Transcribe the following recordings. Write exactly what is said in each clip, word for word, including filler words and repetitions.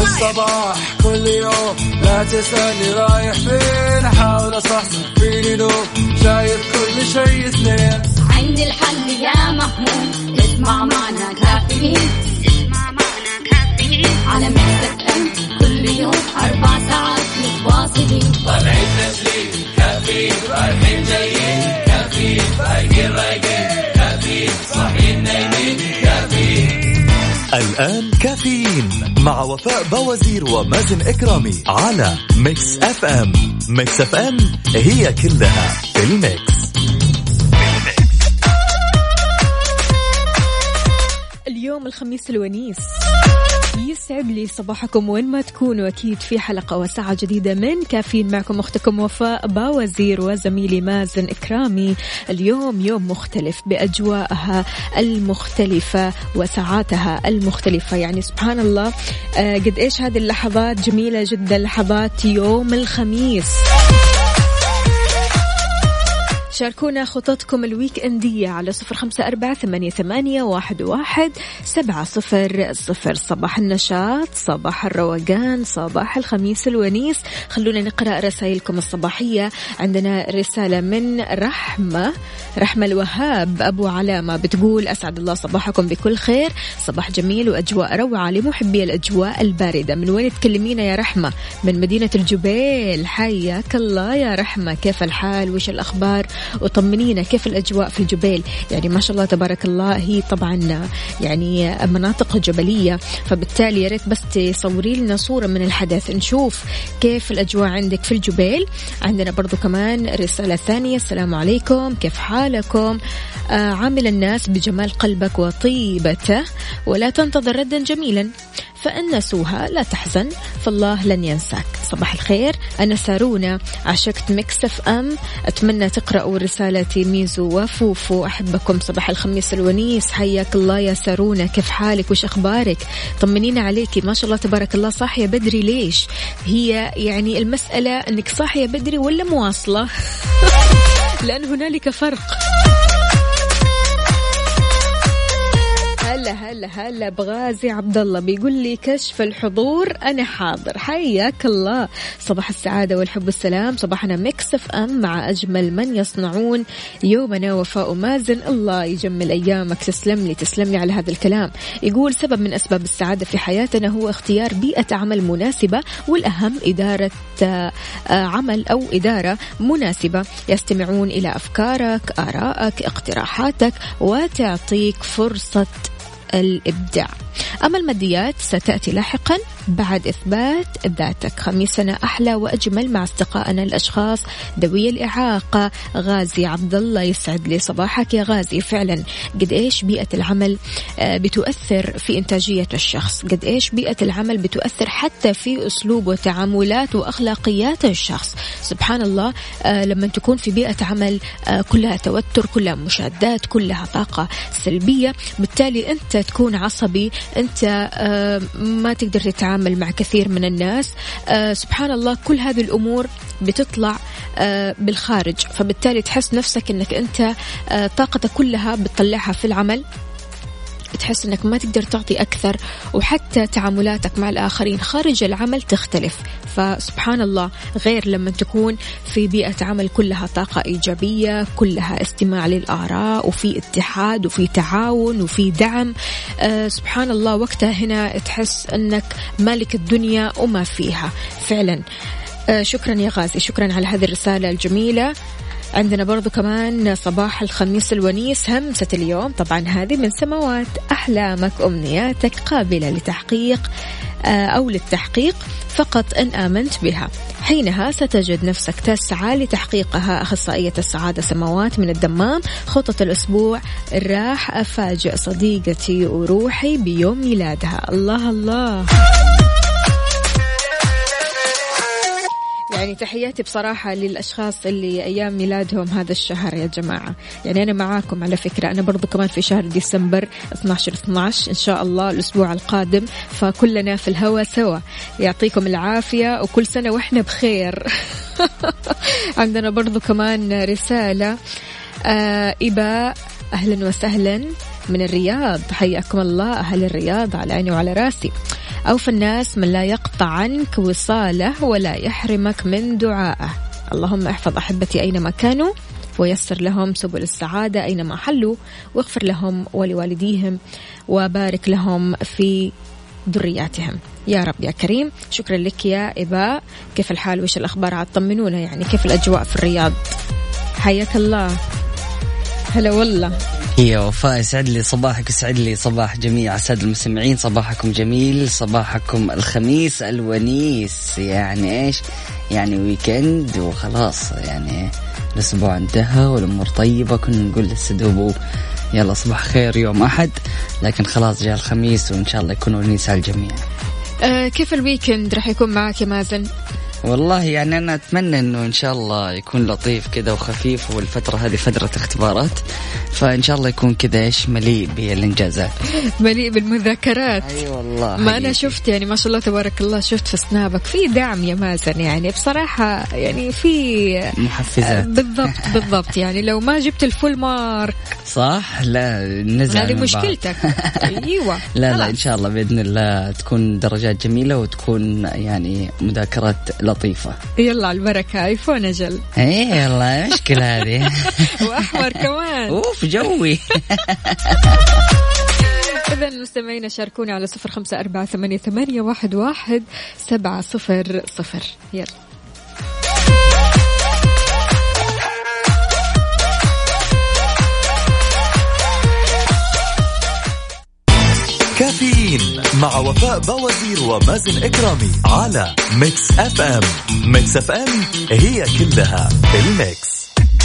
الصباح كل يوم لا تسألني رايح فين أحاول أصحصح فيني لو شايف كل شيء سنين عندي الحل يا محمود اسمع معنا كافيين اسمع معنا كافيين على مكتب أم كل يوم أربع ساعات متواصلين طالعين تسليم كافيين رايحين جايين كافيين فايقين رايقين كافيين صاحيين نايمين كافيين. الآن كافيين مع وفاء بوازير ومازن إكرامي على ميكس اف ام. ميكس اف ام هي كلها في الميكس. اليوم الخميس الونيس يسعد لي صباحكم وين ما تكونوا. أكيد في حلقة وساعة جديدة من كافيين معكم أختكم وفاء باوزير وزميلي مازن إكرامي. اليوم يوم مختلف بأجواءها المختلفة وساعاتها المختلفة. يعني سبحان الله آه قد إيش هذه اللحظات جميلة جدا، لحظات يوم الخميس. شاركونا خططكم الويك اندية على صفر خمسة أربعة ثمانية ثمانية واحد واحد سبعة صفر صفر. صباح النشاط، صباح الروقان، صباح الخميس الونيس. خلونا نقرأ رسائلكم الصباحية. عندنا رسالة من رحمة رحمة الوهاب أبو علامة بتقول أسعد الله صباحكم بكل خير، صباح جميل وأجواء روعة لمحبي الأجواء الباردة. من وين تكلمينا يا رحمة؟ من مدينة الجبيل. حياك الله يا رحمة، كيف الحال وش الأخبار؟ وطمنينا كيف الأجواء في الجبيل. يعني ما شاء الله تبارك الله، هي طبعا يعني مناطق جبلية، فبالتالي يا ريت بس تصوري لنا صورة من الحدث نشوف كيف الأجواء عندك في الجبيل. عندنا برضو كمان رسالة ثانية، السلام عليكم كيف حالكم؟ آه عامل الناس بجمال قلبك وطيبته ولا تنتظر ردا جميلا، فإن نسوها لا تحزن فالله لن ينساك. صباح الخير، أنا سارونا عشقت ميكس اف ام، أتمنى تقرأوا رسالتي ميزو وفوفو، أحبكم. صباح الخميس الونيس، حياك الله يا سارونا، كيف حالك وش أخبارك؟ طمنينا عليكي. ما شاء الله تبارك الله صاحية بدري. ليش؟ هي يعني المسألة أنك صاحية بدري ولا مواصلة؟ لأن هنالك فرق. هلا هلا هلا بغازي عبد الله بيقول لي كشف الحضور أنا حاضر. حياك الله، صباح السعادة والحب والسلام. صباحنا ميكس اف ام مع أجمل من يصنعون يومنا وفاء مازن. الله يجمل أيامك. تسلم لي تسلم لي على هذا الكلام. يقول سبب من أسباب السعادة في حياتنا هو اختيار بيئة عمل مناسبة، والأهم إدارة عمل أو إدارة مناسبة يستمعون إلى أفكارك، آرائك، اقتراحاتك، وتعطيك فرصة الإبداع. أما الماديات ستأتي لاحقا بعد إثبات ذاتك. خميسنا أحلى وأجمل مع أصدقائنا الأشخاص ذوي الإعاقة. غازي عبد الله يسعد لي صباحك يا غازي. فعلا قد إيش بيئة العمل بتؤثر في إنتاجية الشخص، قد إيش بيئة العمل بتؤثر حتى في أسلوب وتعاملات وأخلاقيات الشخص. سبحان الله، لما تكون في بيئة عمل كلها توتر، كلها مشادات، كلها طاقة سلبية، بالتالي أنت تكون عصبي، أنت ما تقدر تتعامل مع كثير من الناس. سبحان الله، كل هذه الأمور بتطلع بالخارج، فبالتالي تحس نفسك أنك أنت طاقتك كلها بتطلعها في العمل، تحس أنك ما تقدر تعطي أكثر، وحتى تعاملاتك مع الآخرين خارج العمل تختلف. فسبحان الله، غير لما تكون في بيئة عمل كلها طاقة إيجابية، كلها استماع للآراء، وفي اتحاد وفي تعاون وفي دعم. آه سبحان الله، وقتها هنا تحس أنك مالك الدنيا وما فيها فعلا. آه شكرا يا غازي، شكرا على هذه الرسالة الجميلة. عندنا برضو كمان صباح الخميس الونيس، همسة اليوم طبعا هذه من سماوات أحلامك، أمنياتك قابلة لتحقيق أو للتحقيق فقط إن آمنت بها، حينها ستجد نفسك تسعى لتحقيقها. أخصائية السعادة سماوات من الدمام. خطة الأسبوع: راح أفاجئ صديقتي وروحي بيوم ميلادها. الله الله، يعني تحياتي بصراحة للأشخاص اللي أيام ميلادهم هذا الشهر يا جماعة. يعني أنا معاكم على فكرة، أنا برضو كمان في شهر ديسمبر اثناشر اثناشر إن شاء الله الأسبوع القادم، فكلنا في الهوا سوا. يعطيكم العافية وكل سنة وإحنا بخير. عندنا برضو كمان رسالة آه إباء، أهلا وسهلا من الرياض، حياكم الله أهل الرياض، على عيني وعلى راسي. أوفى الناس من لا يقطع عنك وصاله ولا يحرمك من دعائه. اللهم احفظ أحبتي أينما كانوا ويسر لهم سبل السعادة أينما حلوا، واغفر لهم ولوالديهم وبارك لهم في ذرياتهم يا رب يا كريم. شكرا لك يا إباء. كيف الحال وإيش الأخبار؟ عاد طمنونا يعني كيف الأجواء في الرياض. حياك الله. هلا والله يا وفاء، يسعد لي صباحك، يسعد لي صباح جميع السادة المستمعين. صباحكم جميل، صباحكم الخميس الونيس. يعني إيش يعني ويكند وخلاص، يعني الأسبوع انتهى والأمور طيبة. كنا نقول للسدوب يلا صباح خير يوم أحد، لكن خلاص جاء الخميس وإن شاء الله يكون ونيس على الجميع. أه كيف الويكند رح يكون معك يا مازن؟ والله يعني أنا أتمنى أنه إن شاء الله يكون لطيف كده وخفيف، والفترة هذه فترة اختبارات، فإن شاء الله يكون كده إيش مليء بالإنجازات، مليء بالمذاكرات. أي أيوة والله. ما أنا شفت يعني ما شاء الله تبارك الله، شفت في سنابك في دعم يا مازن، يعني بصراحة يعني في محفزات. بالضبط بالضبط. يعني لو ما جبت الفول مارك صح لا نزعل، هذه مشكلتك. أيوة لا لا إن شاء الله بإذن الله تكون درجات جميلة وتكون يعني مذاكرات لطيفة. يلا على البركة. ايفون اجل. ايه يلا مشكلة هذه. واحمر كمان. اوف جوي. إذا مستمعينا شاركوني على صفر خمسة أربعة ثمانية ثمانية واحد واحد سبعة صفر صفر. يلا كافيين مع وفاء بوازير ومازن إكرامي على ميكس اف ام. ميكس اف ام هي كلها الميكس.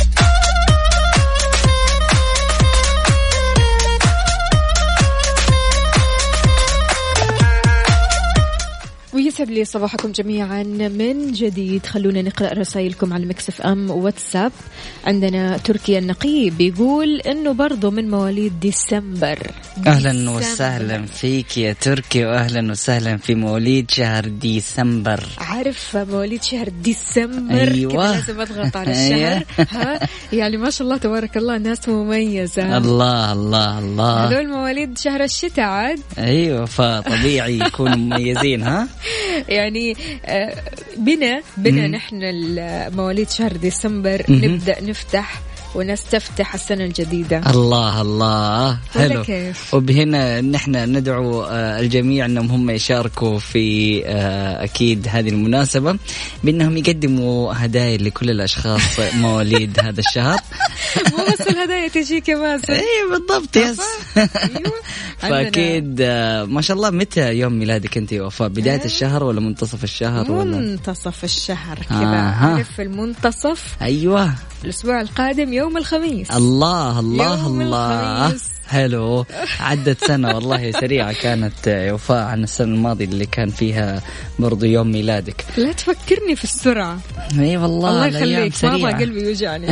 ويسعد لي صباحكم جميعا من جديد. خلونا نقرأ رسائلكم على ميكس اف ام واتساب. عندنا تركيا النقيب بيقول انه برضو من مواليد ديسمبر. اهلا ديسمبر. وسهلا فيك يا تركي، واهلا وسهلا في مواليد شهر ديسمبر. عارف مواليد شهر ديسمبر. أيوة. لازم اضغط على الشهر. ها يعني ما شاء الله تبارك الله ناس مميزة. الله الله الله. هذول مواليد شهر الشتاء عاد. ايوه فطبيعي يكونوا مميزين. ها يعني بنا بنا نحن مواليد شهر ديسمبر نبدأ نفتح ونستفتح السنة الجديدة. الله الله حلو. كيف؟ وبهنا نحن ندعو الجميع أنهم هم يشاركوا في أكيد هذه المناسبة بأنهم يقدموا هدايا لكل الأشخاص مواليد هذا الشهر. مو بس الهدايا تجيك يا مازن. ايه بالضبط يس. فأكيد ما شاء الله. متى يوم ميلادك أنت يا وفاء؟ بداية الشهر ولا منتصف الشهر ولا منتصف الشهر كذا؟ آه. عارف المنتصف. أيوة الأسبوع القادم يوم الخميس. الله الله يوم الله الخميس. حلو. عدت سنة والله سريعة كانت يا وفاء عن السنة الماضية اللي كان فيها برضو يوم ميلادك. لا تفكرني في السرعة. اي والله الله يخليك والله قلبي يوجعني.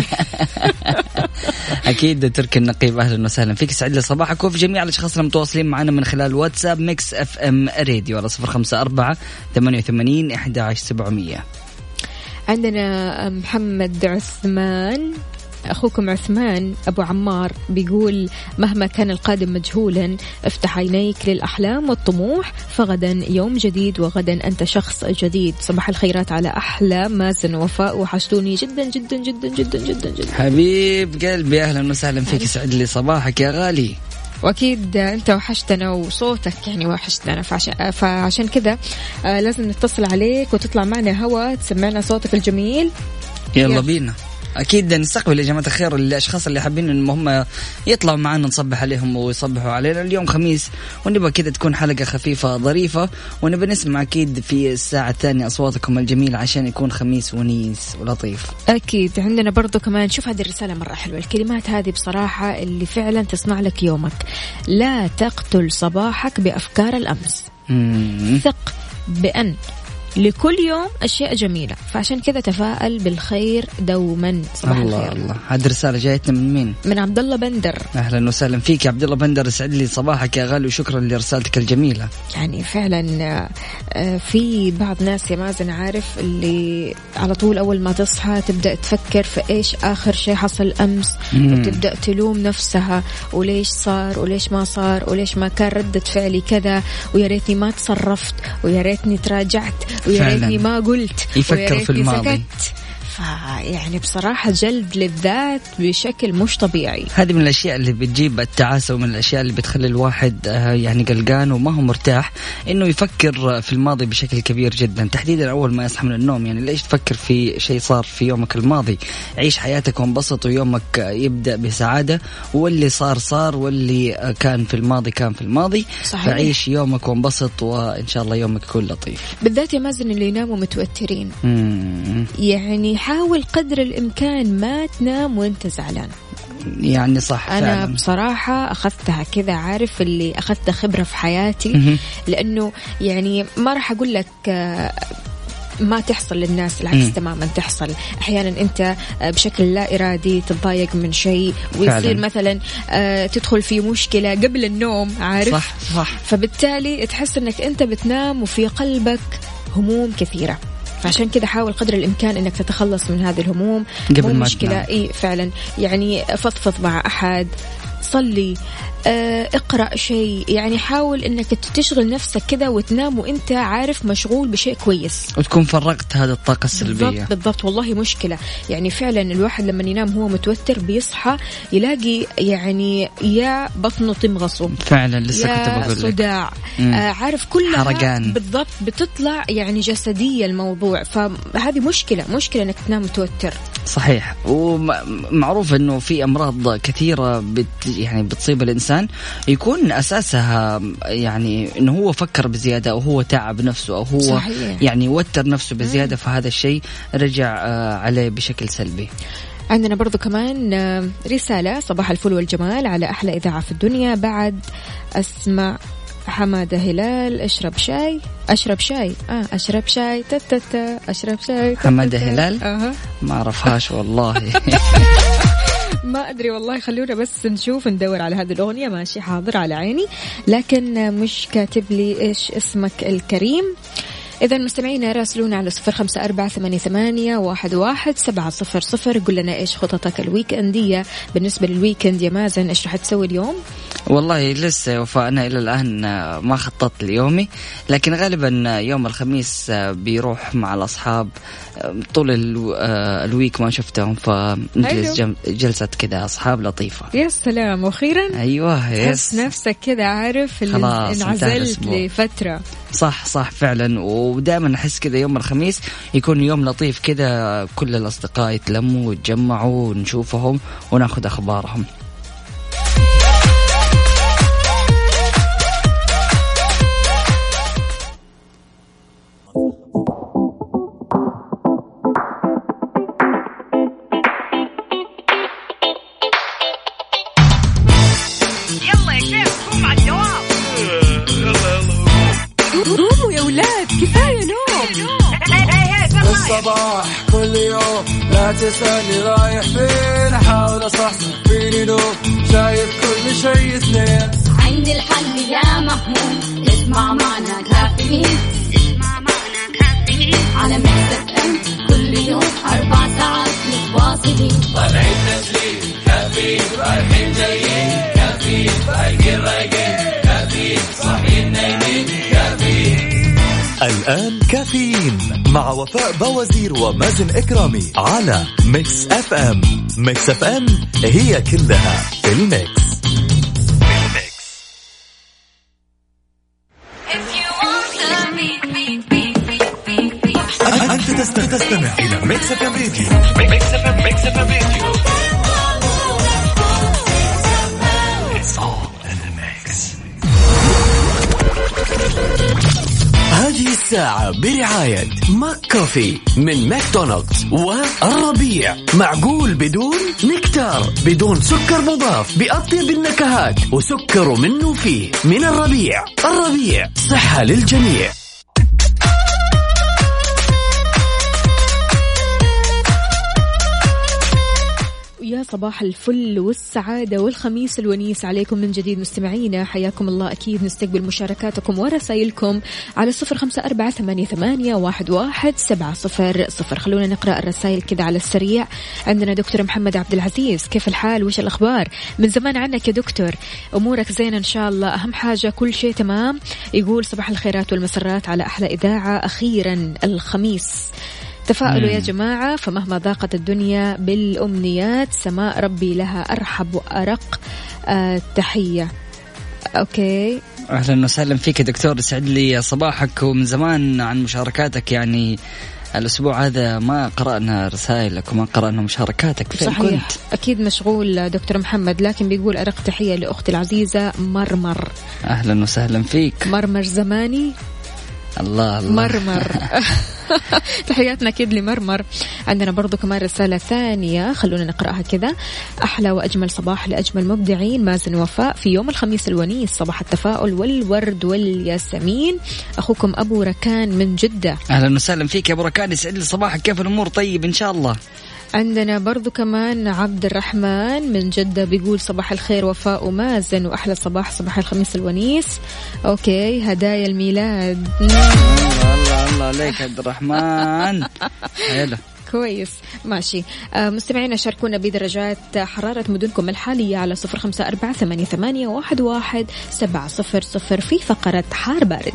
أكيد تركي النقيب أهلا وسهلا فيك، سعد لي صباحك وفي جميع الأشخاص المتواصلين معنا من خلال واتساب ميكس اف ام راديو على صفر خمسة أربعة ثمانية وثمانين أحد عشر سبعمية. عندنا محمد عثمان أخوكم عثمان أبو عمار بيقول مهما كان القادم مجهولا افتح عينيك للأحلام والطموح، فغدا يوم جديد وغدا أنت شخص جديد. صباح الخيرات على أحلى مازن وفاء، وحشتوني جدا جدا جدا جدا جدا جدا. حبيب قلبي أهلا وسهلا فيك، سعد لي صباحك يا غالي. واكيد انت وحشتنا وصوتك يعني وحشتنا، فعشان, فعشان كذا لازم نتصل عليك وتطلع معنا هوا تسمعنا صوتك الجميل. يلا بينا. أكيد نستقبل يا جماعة الخير الأشخاص اللي حابين إن هم يطلعوا معنا نصبح عليهم ويصبحوا علينا. اليوم خميس ونبغى كذا تكون حلقة خفيفة ظريفة، ونبغى نسمع أكيد في الساعة الثانية أصواتكم الجميلة عشان يكون خميس ونيس ولطيف. أكيد عندنا برضو كمان. شوف هذه الرسالة مرة حلوة، الكلمات هذه بصراحة اللي فعلا تصنع لك يومك. لا تقتل صباحك بأفكار الأمس. مم. ثق بأن لكل يوم أشياء جميلة. فعشان كذا تفائل بالخير دوما. صباح الله الخير. الله. هذه رسالة جايتنا من مين؟ من عبد الله بندر. أهلا وسهلا فيك يا عبد الله بندر، يسعد لي صباحك يا غالي وشكرا لرسالتك الجميلة. يعني فعلا في بعض ناس يا مازن عارف اللي على طول أول ما تصحى تبدأ تفكر في إيش آخر شيء حصل أمس، وتبدأ تلوم نفسها وليش صار وليش ما صار وليش ما كان ردة فعلي كذا، ويا ريتني ما تصرفت ويا ريتني تراجعت ويا ريتني ما قلت، يفكر في الماضي. يعني بصراحة جلد للذات بشكل مش طبيعي. هذه من الأشياء اللي بتجيب التعاسة ومن الأشياء اللي بتخلي الواحد يعني قلقان وما هو مرتاح، إنه يفكر في الماضي بشكل كبير جدا، تحديدا أول ما يصحى من النوم. يعني ليش تفكر في شيء صار في يومك الماضي؟ عيش حياتك وانبسط ويومك يبدأ بسعادة، واللي صار صار واللي كان في الماضي كان في الماضي. صحيح. فعيش يومك وانبسط وإن شاء الله يومك يكون لطيف. بالذات يا مازن اللي يناموا متوترين، مم. يعني حاول قدر الإمكان ما تنام وانت زعلان. يعني صح. أنا فعلا. بصراحة أخذتها كذا، عارف اللي أخذت خبرة في حياتي. لأنه يعني ما راح أقول لك ما تحصل للناس، العكس م. تماما تحصل. أحيانا أنت بشكل لا إرادي تتضايق من شيء ويصير فعلا. مثلا تدخل في مشكلة قبل النوم، عارف. صح صح. فبالتالي تحس أنك أنت بتنام وفي قلبك هموم كثيرة. فعشان كده حاول قدر الإمكان إنك تتخلص من هذه الهموم قبل ما مشكلة. إيه فعلا، يعني فضفض مع أحد، صلي، آه، اقرأ شيء، يعني حاول انك تشغل نفسك كذا وتنام وانت عارف مشغول بشيء كويس، وتكون فرغت هذا الطاقة السلبية. بالضبط بالضبط. والله مشكلة، يعني فعلا الواحد لما ينام هو متوتر بيصحى يلاقي يعني يا بطنه تمغصه فعلا، لسه كنت بقول لك صداع، آه عارف كلها حرقان. بالضبط، بتطلع يعني جسدية الموضوع. فهذه مشكلة مشكلة انك تنام متوتر. صحيح. ومعروف انه في امراض كثيرة بت يعني بتصيب الانسان يكون اساسها يعني انه هو فكر بزيادة او هو تعب نفسه او هو صحيح. يعني وتر نفسه بزيادة، فهذا الشيء رجع عليه بشكل سلبي. عندنا برضو كمان رسالة: صباح الفل والجمال على أحلى إذاعة في الدنيا. بعد أسمع حمادة هلال أشرب شاي أشرب شاي آه أشرب شاي تتتا أشرب شاي. حمادة هلال أه. ما أعرفهاش والله. ما أدري والله، خلونا بس نشوف ندور على هذه الأغنية. ماشي حاضر على عيني، لكن مش كاتب لي إيش اسمك الكريم. إذا مستمعينا راسلونا على صفر خمسة أربعة ثمانية ثمانية واحد واحد سبعة صفر صفر. قل لنا إيش خططك الويكندية بالنسبة للويكند يا مازن؟ إيش رح تسوي اليوم؟ والله لسه وفاء أنا إلى الآن ما خططت ليومي، لكن غالبا يوم الخميس بيروح مع الأصحاب طول الويك ما شفتهم، فنجلس جلسة كده أصحاب لطيفة. يا سلام، وأخيرا أيوة تحس نفسك كده عارف انعزلت لفترة. صح صح فعلا. ودائما أحس كذا يوم الخميس يكون يوم لطيف كذا، كل الأصدقاء يتلموا ويتجمعوا ونشوفهم وناخذ أخبارهم. الصباح كل يوم لا تسألني رايح فين، أحاول أصحصح فيني نوم، شايف كل شيء اثنين. عندي الحل يا محمود، اسمع معنا كافيين، اسمع معنا كافيين على ميكس اف ام كل يوم أربع ساعات متواصلين. طالعين تسليم كافيين، رايحين جايين كافيين، رايقين رايقين كافيين، صاحيين نايمين كافيين. الآن كافيين مع وفاء بوازير ومازن إكرامي على ميكس اف ام. ميكس اف ام هي كلها في الميكس. أنت تستمع إلى ميكس اف ام راديو. ميكس اف ام ميكس اف ام راديو. It's all in the mix. هذه الساعة برعاية ماك كوفي من ماكدونالدز والربيع. معقول بدون نكتار، بدون سكر مضاف، بأطيب النكهات وسكر منه فيه. من الربيع. الربيع صحة للجميع. صباح الفل والسعادة والخميس الونيس عليكم من جديد مستمعينا، حياكم الله. أكيد نستقبل مشاركاتكم ورسائلكم على صفر خمسة أربعة ثمانية ثمانية واحد واحد سبعة صفر صفر. خلونا نقرأ الرسائل كذا على السريع. عندنا دكتور محمد عبد العزيز، كيف الحال وش الأخبار؟ من زمان عنك يا دكتور، أمورك زينة إن شاء الله، أهم حاجة كل شيء تمام. يقول صباح الخيرات والمسرات على أحلى إذاعة، أخيرا الخميس. تفاءلوا يا جماعة، فمهما ضاقت الدنيا بالأمنيات سماء ربي لها أرحب وأرق. آه تحية. أوكي، أهلا وسهلا فيك يا دكتور، يسعد لي صباحك، ومن زمان عن مشاركاتك. يعني الأسبوع هذا ما قرأنا رسائلك وما قرأنا مشاركاتك. فين صحيح كنت؟ أكيد مشغول دكتور محمد، لكن بيقول أرق تحية لأختي العزيزة مرمر. أهلا وسهلا فيك. مرمر زماني. الله الله مرمر. تحياتنا أكيد لمرمر. عندنا برضو كمان رسالة ثانية، خلونا نقرأها كذا. أحلى وأجمل صباح لأجمل مبدعين مازن وفاء في يوم الخميس الونيس، صباح التفاؤل والورد والياسمين. أخوكم أبو ركان من جدة. أهلا وسهلا فيك يا أبو ركان، يسعد لي صباحك، كيف الأمور؟ طيب إن شاء الله. عندنا برضو كمان عبد الرحمن من جدة، بيقول صباح الخير وفاء ومازن، وأحلى صباح صباح الخميس الونيس. أوكي، هدايا الميلاد. الله الله الله عليك عبد الرحمن. يلا كويس ماشي. آه مستمعينا، شاركونا بدرجات حرارة مدنكم الحالية على صفر خمسة أربعة ثمانية ثمانية واحد واحد سبعة صفر صفر في فقرة حار بارد.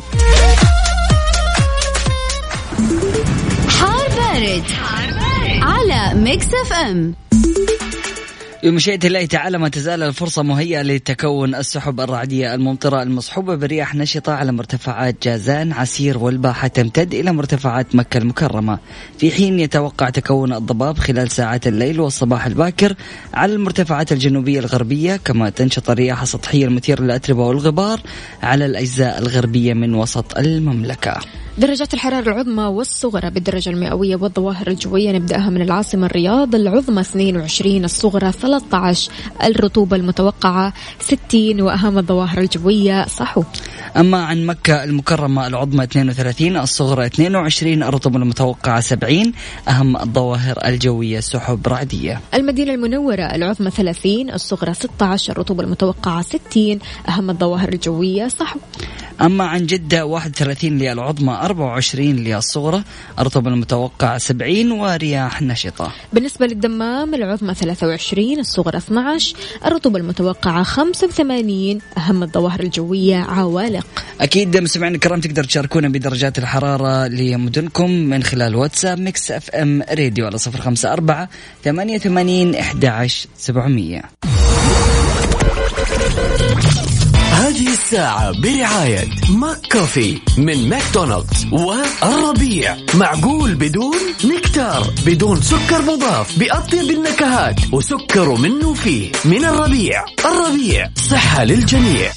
حار بارد على ميكس اف ام. بمشيئة الله تعالى ما تزال الفرصة مهيئة لتكون السحب الرعدية الممطرة المصحوبة برياح نشطة على مرتفعات جازان عسير والباحة تمتد إلى مرتفعات مكة المكرمة، في حين يتوقع تكون الضباب خلال ساعات الليل والصباح الباكر على المرتفعات الجنوبية الغربية، كما تنشط الرياح السطحية المثيرة للأتربة والغبار على الأجزاء الغربية من وسط المملكة. درجات الحرارة العظمى والصغرى بالدرجة المئوية والظواهر الجوية، نبدأها من العاصمة الرياض، العظمى اثنين وعشرين، الصغرى ثلاثة عشر، الرطوبة المتوقعة ستين، وأهم الظواهر الجوية صحو. أما عن مكة المكرمة العظمى اثنين وثلاثين، الصغرى اثنين وعشرين، الرطوبة المتوقعة سبعين، أهم الظواهر الجوية سحب رعدية. المدينة المنورة العظمى ثلاثين، الصغرى ستة عشر، الرطوبة المتوقعة ستين، أهم الظواهر الجوية صحو. أما عن جدة واحد وثلاثين للعظمى، أربعة وعشرين للصغرى، الرطوبة المتوقعة سبعين، ورياح نشطة. بالنسبة للدمام العظمى ثلاثة وعشرين، الصغرى اثني عشر، الرطوبة المتوقعة خمسة وثمانين، أهم الظواهر الجوية عوالق. أكيد مستمعينا الكرام تقدر تشاركونا بدرجات الحرارة لمدنكم من خلال واتساب ميكس اف ام راديو على صفر خمسة أربعة ثمانية ثمانين أحد عشر سبعمية. هذه الساعة برعاية ماك كوفي من ماكدونالدز والربيع، معقول بدون نكتار، بدون سكر مضاف، بأطيب النكهات وسكر منه فيه. من الربيع، الربيع صحة للجميع.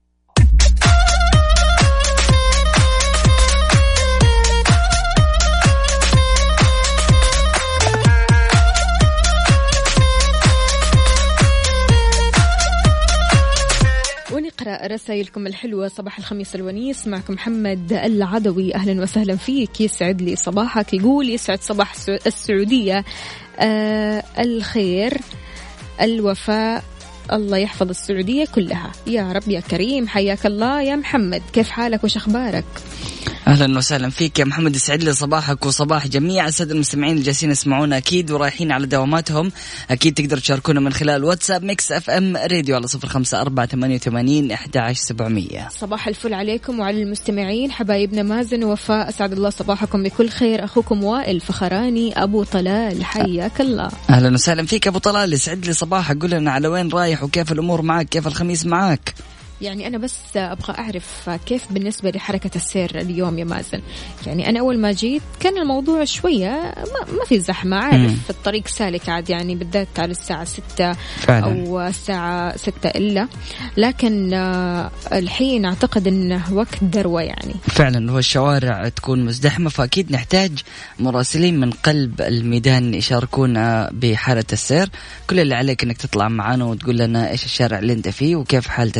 نقرأ رسائلكم الحلوة. صباح الخميس الونيس، معكم محمد العدوي، أهلا وسهلا فيك، يسعد لي صباحك. يقول يسعد صباح السعودية، آه الخير الوفاء، الله يحفظ السعودية كلها يا رب يا كريم. حياك الله يا محمد، كيف حالك وش أخبارك؟ أهلا وسهلا فيك يا محمد، يسعد لي صباحك وصباح جميع السادة المستمعين اللي جالسين يسمعونا أكيد ورايحين على دواماتهم. أكيد تقدروا تشاركونا من خلال واتساب ميكس اف ام راديو على صفر خمسة أربعة ثمانية ثمانين أحد عشر سبعمية. صباح الفل عليكم وعلى المستمعين حبايبنا مازن ووفاء، أسعد الله صباحكم بكل خير. أخوكم وائل فخراني أبو طلال، حياك الله. أهلا وسهلا فيك أبو طلال، يسعد لي صباحك، قول لنا على وين رايح وكيف الأمور معك، كيف الخميس معك؟ يعني أنا بس أبغى أعرف كيف بالنسبة لحركة السير اليوم يا مازن. يعني أنا أول ما جيت كان الموضوع شوية ما, ما في زحمة، عارف في الطريق سالك عاد، يعني بالذات على الساعة ستة فعلا. أو الساعة ستة إلا، لكن الحين أعتقد أنه وقت ذروة يعني فعلا، هو الشوارع تكون مزدحمة، فأكيد نحتاج مراسلين من قلب الميدان يشاركونا بحالة السير. كل اللي عليك أنك تطلع معنا وتقول لنا إيش الشارع اللي أنت فيه وكيف حالة السير فيه،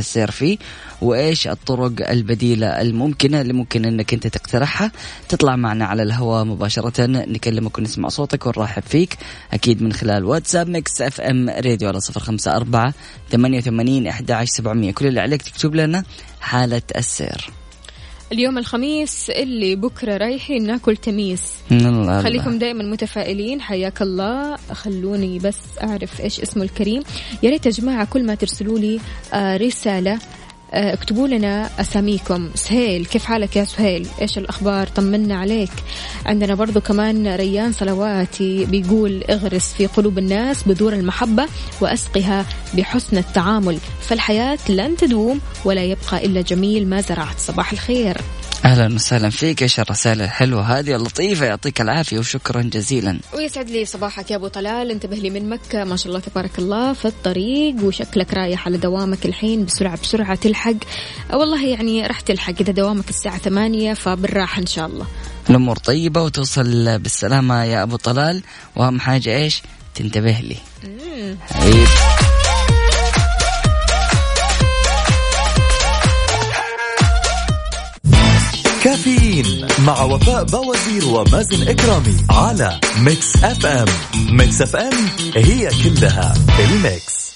تسوي وإيش الطرق البديلة الممكنة اللي ممكن أنك أنت تقترحها. تطلع معنا على الهواء مباشرة، نكلمك ونسمع صوتك ونرحب فيك أكيد من خلال واتساب ميكس اف ام راديو على صفر خمسة أربعة ثمانية وثمانين أحد عشر سبعمية. كل اللي عليك تكتب لنا حالة السير. اليوم الخميس اللي بكرة رايحين ناكل تميس. الله خليكم الله. دائما متفائلين. حياك الله. خلوني بس أعرف إيش اسمه الكريم. يا ريت يا جماعة كل ما ترسلوا لي آه رسالة آه اكتبوا لنا أساميكم. سهيل، كيف حالك يا سهيل؟ إيش الأخبار؟ طمنا عليك. عندنا برضو كمان ريان صلواتي بيقول اغرس في قلوب الناس بذور المحبة وأسقها بحسن التعامل، فالحياة لن تدوم ولا يبقى إلا جميل ما زرعت. صباح الخير. أهلا وسهلا فيك. إيش الرسالة الحلوة هذه اللطيفة، يعطيك العافية وشكرا جزيلا. ويسعد لي صباحك يا أبو طلال. انتبه لي من مكة ما شاء الله تبارك الله في الطريق وشكلك رايح على دوامك الحين بسرعة بسرعة تلحق. والله يعني رح تلحق إذا دوامك الساعة ثمانية فبالراحة إن شاء الله. الأمور طيبة وتوصل بالسلامة يا أبو طلال، وأهم حاجة إيش تنتبه لي. حبيب. كافيين مع وفاء بوازير ومازن إكرامي على ميكس اف ام. ميكس اف ام هي كلها الميكس.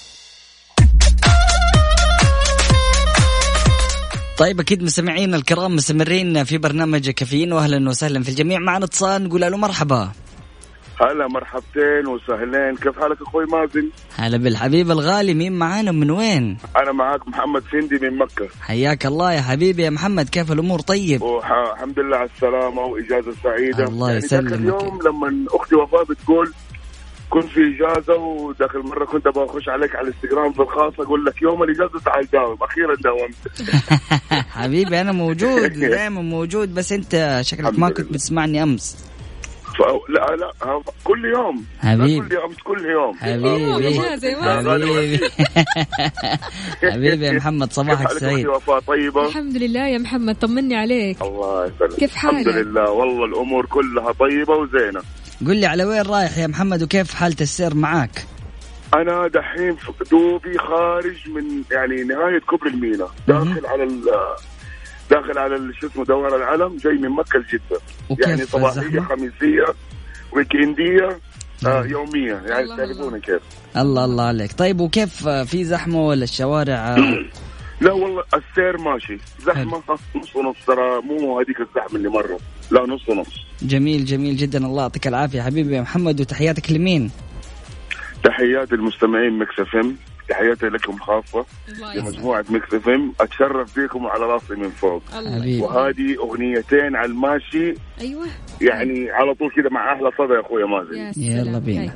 طيب أكيد مستمعين الكرام مستمرين في برنامج كافيين، وأهلا وسهلا في الجميع. معنا اتصال نقول له مرحبا. هلا مرحبتين وسهلين، كيف حالك أخوي مازن؟ هلا بالحبيب الغالي. مين معانا من وين؟ أنا معاك محمد سندي من مكة. حياك الله يا حبيبي يا محمد، كيف الأمور؟ طيب الحمد لله على السلامة وإجازة سعيدة. الله يعني يسلمك. اليوم لما أختي وفاء بتقول كنت في إجازة، وداخل مرة كنت أبغى أخش عليك على الانستغرام في الخاص أقول لك يوم الإجازة تعال داوم، أخيرا داومت. حبيبي أنا موجود دائما موجود، بس أنت شكلك ما كنت بتسمعني أمس. لا لا كل يوم حبيبي. كل يوم كل يوم حبيبي حبيبي حبيبي يا محمد، صباحك سعيد. طيبة الحمد لله يا محمد، طمني عليك. الله يسلمك. كيف حالك؟ الحمد لله والله الأمور كلها طيبة وزينة. قل لي على وين رايح يا محمد وكيف حالة السير معاك؟ أنا دحين دوبي خارج من يعني نهاية كبر المينا، داخل على ال داخل على شو اسمه دوار العلم، جاي من مكة لجدة. يعني صباحية خميسية ويكندية آه يومية، يعني تعرفون كيف. الله الله عليك. طيب وكيف في زحمة ولا الشوارع؟ لا والله السير ماشي، زحمة نص ونص، ترى مو هذيك الزحمة اللي مرة، لا نص ونص. جميل جميل جدا، الله يعطيك العافية حبيبي يا محمد. وتحياتك لمين؟ تحيات المستمعين ميكس اف ام، تحياتي لكم خاصة لمجموعة ميكس اف ام، اتشرف بكم وعلى راسي من فوق. وهذه اغنيتين على الماشي. ايوه يعني على طول كده مع احلى صدى يا اخويا مازن. يلا بينا.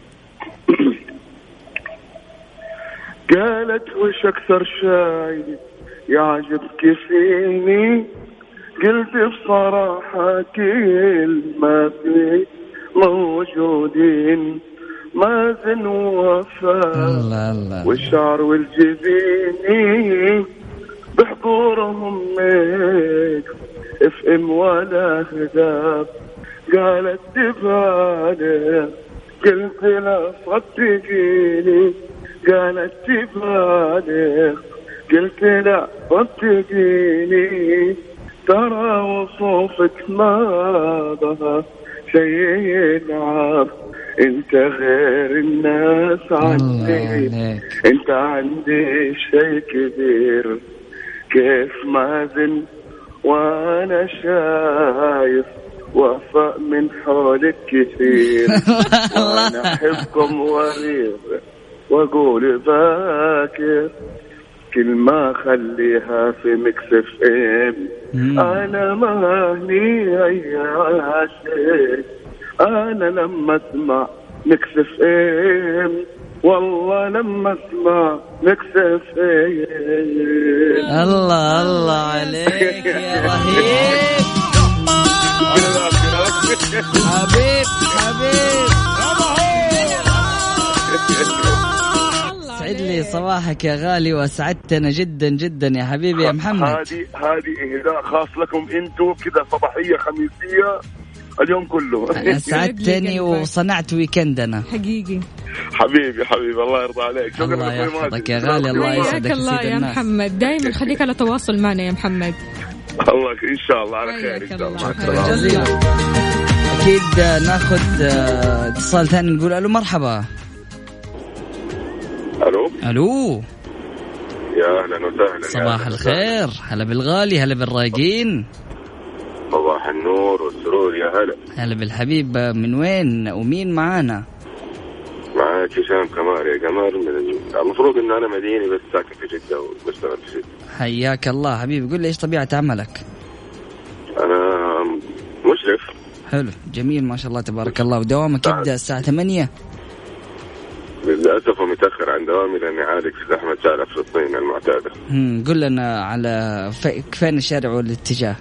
قالت وش اكثر شاي يعجبك فيني، قلت بصراحة كل ما في موجودين مازن ووفاء والشعر والجبيني بحضورهم ميك اف ام ولا هداب. قالت تبالي قلت لا صدقيني، قالت تبالي قلت لا صدقيني، ترى وصوفك ما بها شيء ينعب، انت غير الناس عندي، انت عندي شيء كبير، كيف مازن وانا شايف وفاء من حولك كثير. وانا احبكم وريض واقول باكر، كل ما خليها في ميكس اف ام. انا ماني يا عاشق، انا لما اسمع ميكس اف ام، والله لما اسمع ميكس اف ام. الله الله عليك يا رهيب. حبيب حبيب سعد لي صباحك يا غالي، وسعدتنا جدا جدا يا حبيبي يا محمد. هذه هذه إهداء خاص لكم انتم كذا، صباحية خميسية اليوم كله. سعدتني وصنعت ويكند أنا حقيقي. حبيبي حبيبي الله يرضى عليك. الله يحفظك يا غالي. الله يسعدك الله يا محمد. دائما خليك على تواصل معنا يا محمد. الله إن شاء الله على خير إن شاء الله. أكيد ناخذ اتصال ثاني نقول ألو مرحبا. ألو ألو يا أهلا وسهلا. صباح الخير. هلا بالغالي. هلا بالرايقين. صباح النور والسرور يا هلا. هلا بالحبيب. من وين ومين معانا؟ معاك هشام كمار يا قمر. من المفروض إن أنا مديني بس ساكن في جدة وبشتغل في جدة. حياك الله حبيبي. قل لي إيش طبيعة عملك؟ أنا مشرف. حلو جميل ما شاء الله تبارك الله. ودوامك يبدأ الساعة ثمانية؟ للأسف متأخر عن دوامي لأني عالق في زحمة شارع فلسطين المعتادة. امم قل لنا على فين الشارع والاتجاه؟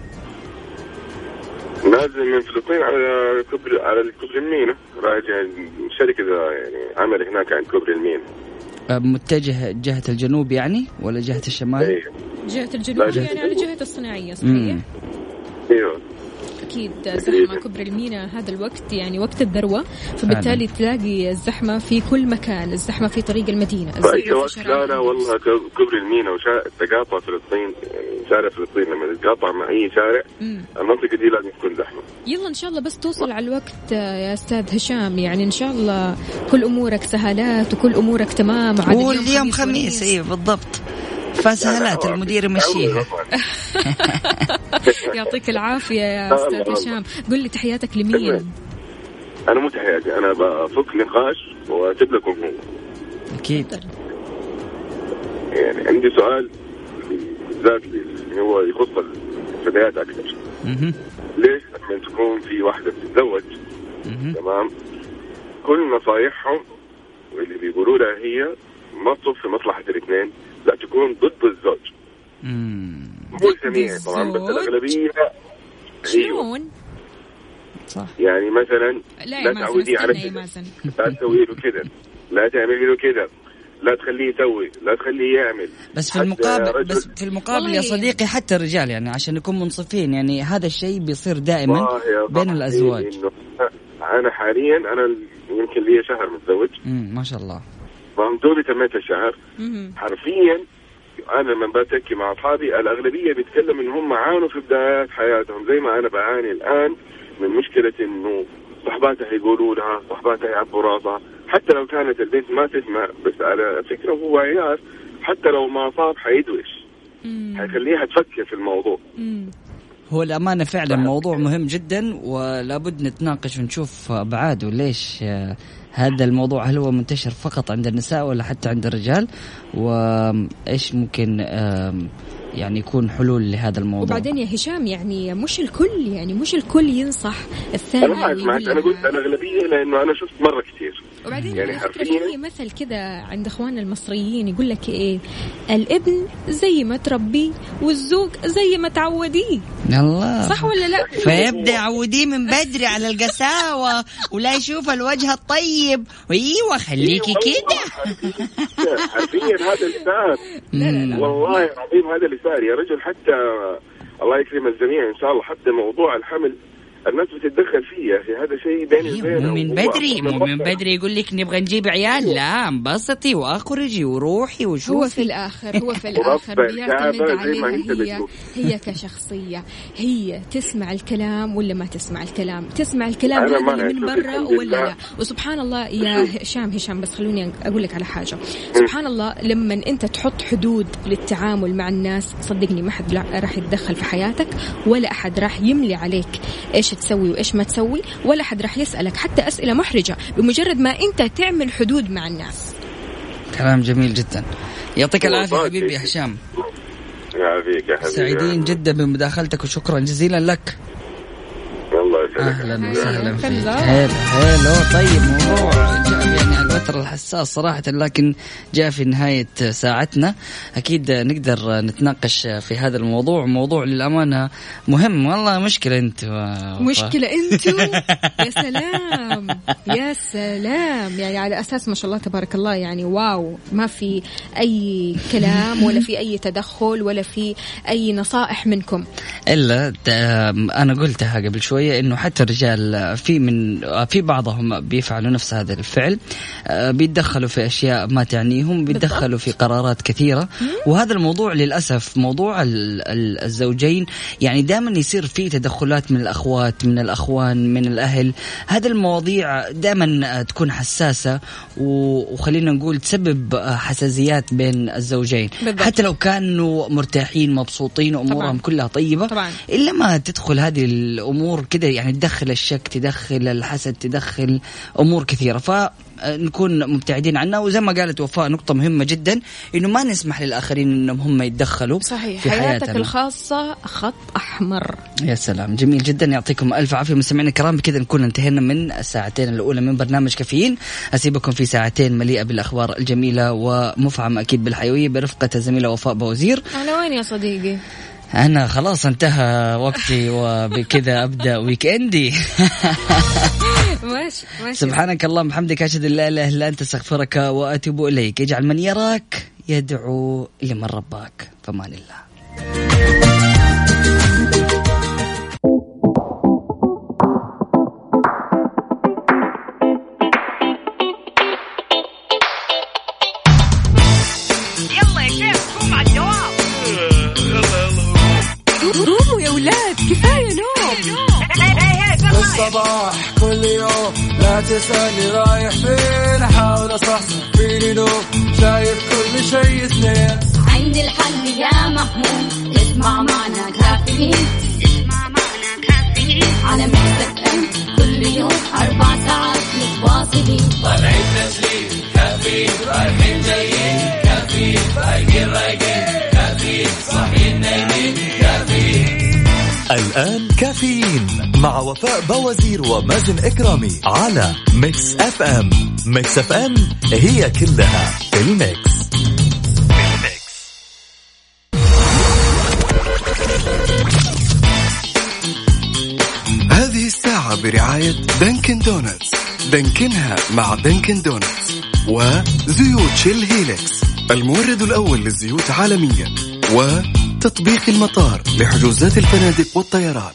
نازل من فلسطين على كبر على الكبر المينا راجع شركة يعني عمل هناك عند كبر المينا. متجه جهة الجنوب يعني ولا جهة الشمال؟ أيه. جهة الجنوب يعني على جهة الصناعية صحيح؟ ايوه أكيد. زحمة كبر المينا هذا الوقت يعني وقت الذروة، فبالتالي تلاقي الزحمة في كل مكان. الزحمة في طريق المدينة. أي وقت. لا لا والله كبر المينا وتقاطع فلسطين شارع فلسطين لما تتقاطع مع أي شارع المنطقة دي لازم تكون زحمة. يلا إن شاء الله بس توصل على الوقت يا أستاذ هشام. يعني إن شاء الله كل أمورك سهالات وكل أمورك تمام. واليوم خميس. إيه بالضبط. فسهلات المدير يمشيها. يعطيك العافية يا أستاذ هشام. قل لي تحياتك لمين؟ أنا مو تحياتي، أنا بفك نقاش وأجيب لكم هو. أكيد. يعني عندي سؤال بالذات اللي هو يخص الفتيات أكثر. ليش لما تكون في واحدة تتزوج تمام كل نصايحهم واللي بيقولوا لها هي ما تصب في مصلحة الاثنين، لا تكون ضد الزوج. مو الجميع طبعا بس الأغلبية. شلون؟ صح. يعني مثلا لا, لا تعودي على كذا، لا تسوي له كذا، لا تعملي له كذا، لا تخليه يسوي، لا تخليه يعمل. بس في المقابل بس في المقابل يا صديقي حتى الرجال يعني عشان نكون منصفين يعني هذا الشيء بيصير دائما بين الأزواج. أنا حاليا أنا يمكن لي شهر متزوج. ما شاء الله. ممدوبي تميت الشهر حرفيا. أنا لما بتكي مع أصحابي الأغلبية بيتكلم إن هم عانوا في بدايات حياتهم زي ما أنا بعاني الآن من مشكلة إنه صحباتها يقولوا لها، صحباتها يعبوا راسها، حتى لو كانت البنت ما تسمع. بس على فكرة هو عيار حتى لو ما صاب حيدوش، حيخليها تفكر في الموضوع. مم. هو الأمانة فعلا موضوع مهم جدا ولابد نتناقش ونشوف أبعاده. ليش هذا الموضوع هل هو منتشر فقط عند النساء ولا حتى عند الرجال، وإيش ممكن يعني يكون حلول لهذا الموضوع. وبعدين يا هشام يعني مش الكل يعني مش الكل ينصح الثاني. أنا معك معك أنا قلت الأغلبية لأنه أنا شفت مرة كتير. وبعدين يعني في مثل كذا عند إخواننا المصريين يقول لك إيه، الابن زي ما تربيه والزوج زي ما تعوديه. الله صح ولا لا؟ فيبدأ يعوديه من بدري على القساوة ولا يشوف الوجه الطيب. وإيوه خليكي كده. حرفيا هذا الإنسان والله العظيم هذا اللي صار يا رجل. حتى الله يكرم الجميع إن شاء الله. حتى موضوع الحمل الناس بتتدخل فيه يا أخي، هذا شيء بيني وبينه. مو من بدري مو من بدري يقول لك نبغى نجيب عيال. لا انبسطي واخرجي وروحي وشوفي. هو في الآخر هو في الآخر بيعتمد عليها هي هي كشخصية. هي تسمع الكلام ولا ما تسمع الكلام، تسمع الكلام هذا من برا ولا لا. وسبحان الله يا هشام هشام بس خلوني أقول لك على حاجة. سبحان الله لما أنت تحط حدود للتعامل مع الناس صدقني ما حد راح يتدخل في حياتك، ولا أحد راح يملي عليك إيش تسوي وإيش ما تسوي، ولا حد راح يسألك حتى أسئلة محرجة بمجرد ما أنت تعمل حدود مع الناس. كلام جميل جدا. يعطيك العافية حبيبي يا هشام. يعافيك يا حبيبي. سعيدين جدا بمداخلتك وشكرا جزيلا لك. الله يسعدك. أهلا وسهلا فيك. هلا هلا. طيب موضوع يعني على ترى الحساس صراحة، لكن جاء في نهاية ساعتنا أكيد نقدر نتناقش في هذا الموضوع. موضوع للأمانة مهم والله. مشكلة أنت مشكلة أنت يا سلام يا سلام، يعني على أساس ما شاء الله تبارك الله، يعني واو، ما في أي كلام ولا في أي تدخل ولا في أي نصائح منكم. إلا أنا قلتها قبل شوية إنه حتى الرجال في من في بعضهم بيفعلوا نفس هذا الفعل، بيتدخلوا في أشياء ما تعنيهم، بيتدخلوا في قرارات كثيرة. وهذا الموضوع للأسف موضوع الزوجين يعني دائما يصير فيه تدخلات من الأخوات، من الأخوان، من الأهل. هذا المواضيع دائما تكون حساسة، وخلينا نقول تسبب حساسيات بين الزوجين بالضبط. حتى لو كانوا مرتاحين مبسوطين وأمورهم طبعاً. كلها طيبة طبعاً. إلا ما تدخل هذه الأمور كده، يعني تدخل الشك، تدخل الحسد، تدخل أمور كثيرة، فنكون مبتعدين عنها. وزي ما قالت وفاء نقطة مهمة جدا، إنه ما نسمح للآخرين إنهم هم يتدخلوا صحيح. في حياتك حياتنا الخاصة خط أحمر. يا سلام، جميل جدا، يعطيكم ألف عافية مستمعينا الكرام. بكذا نكون انتهينا من الساعتين الأولى من برنامج كافيين. أسيبكم في ساعتين مليئة بالأخبار الجميلة ومفعم أكيد بالحيوية برفقة الزميلة وفاء بوزير. أنا وين يا صديقي؟ أنا خلاص انتهى وقتي وبكذا أبدأ ويكندي. ماشي ماشي. سبحانك اللهم وبحمدك، أشهد أن لا إله إلا أنت، أستغفرك وأتوب إليك. اجعل من يراك يدعو لمن رباك. فمان الله. قوموا يا ولاد، كفاية نوم. الصباح كل يوم لا تسألني رايح فين، أحاول أصحصح فيني نوم، شايف كل شيء اثنين. عندي الحل يا محمود، اسمع معنا كافيين، اسمع معنا كافيين على ميكس اف ام. كل يوم أربع ساعات متواصلين، طالعين تسليم كافيين، رايحين جايين كافيين، رايقين رايقين كافيين، صاحيين نايمين كافيين. الآن كافيين مع وفاء بوزير ومازن إكرامي على ميكس اف ام. ميكس اف ام هي كلها في الميكس. هذه الساعة برعاية دانكن دونتس. دانكنها مع دانكن دونتس. وزيوت شيل هيلكس، المورد الأول للزيوت عالميا. وتطبيق المطار لحجوزات الفنادق والطيران.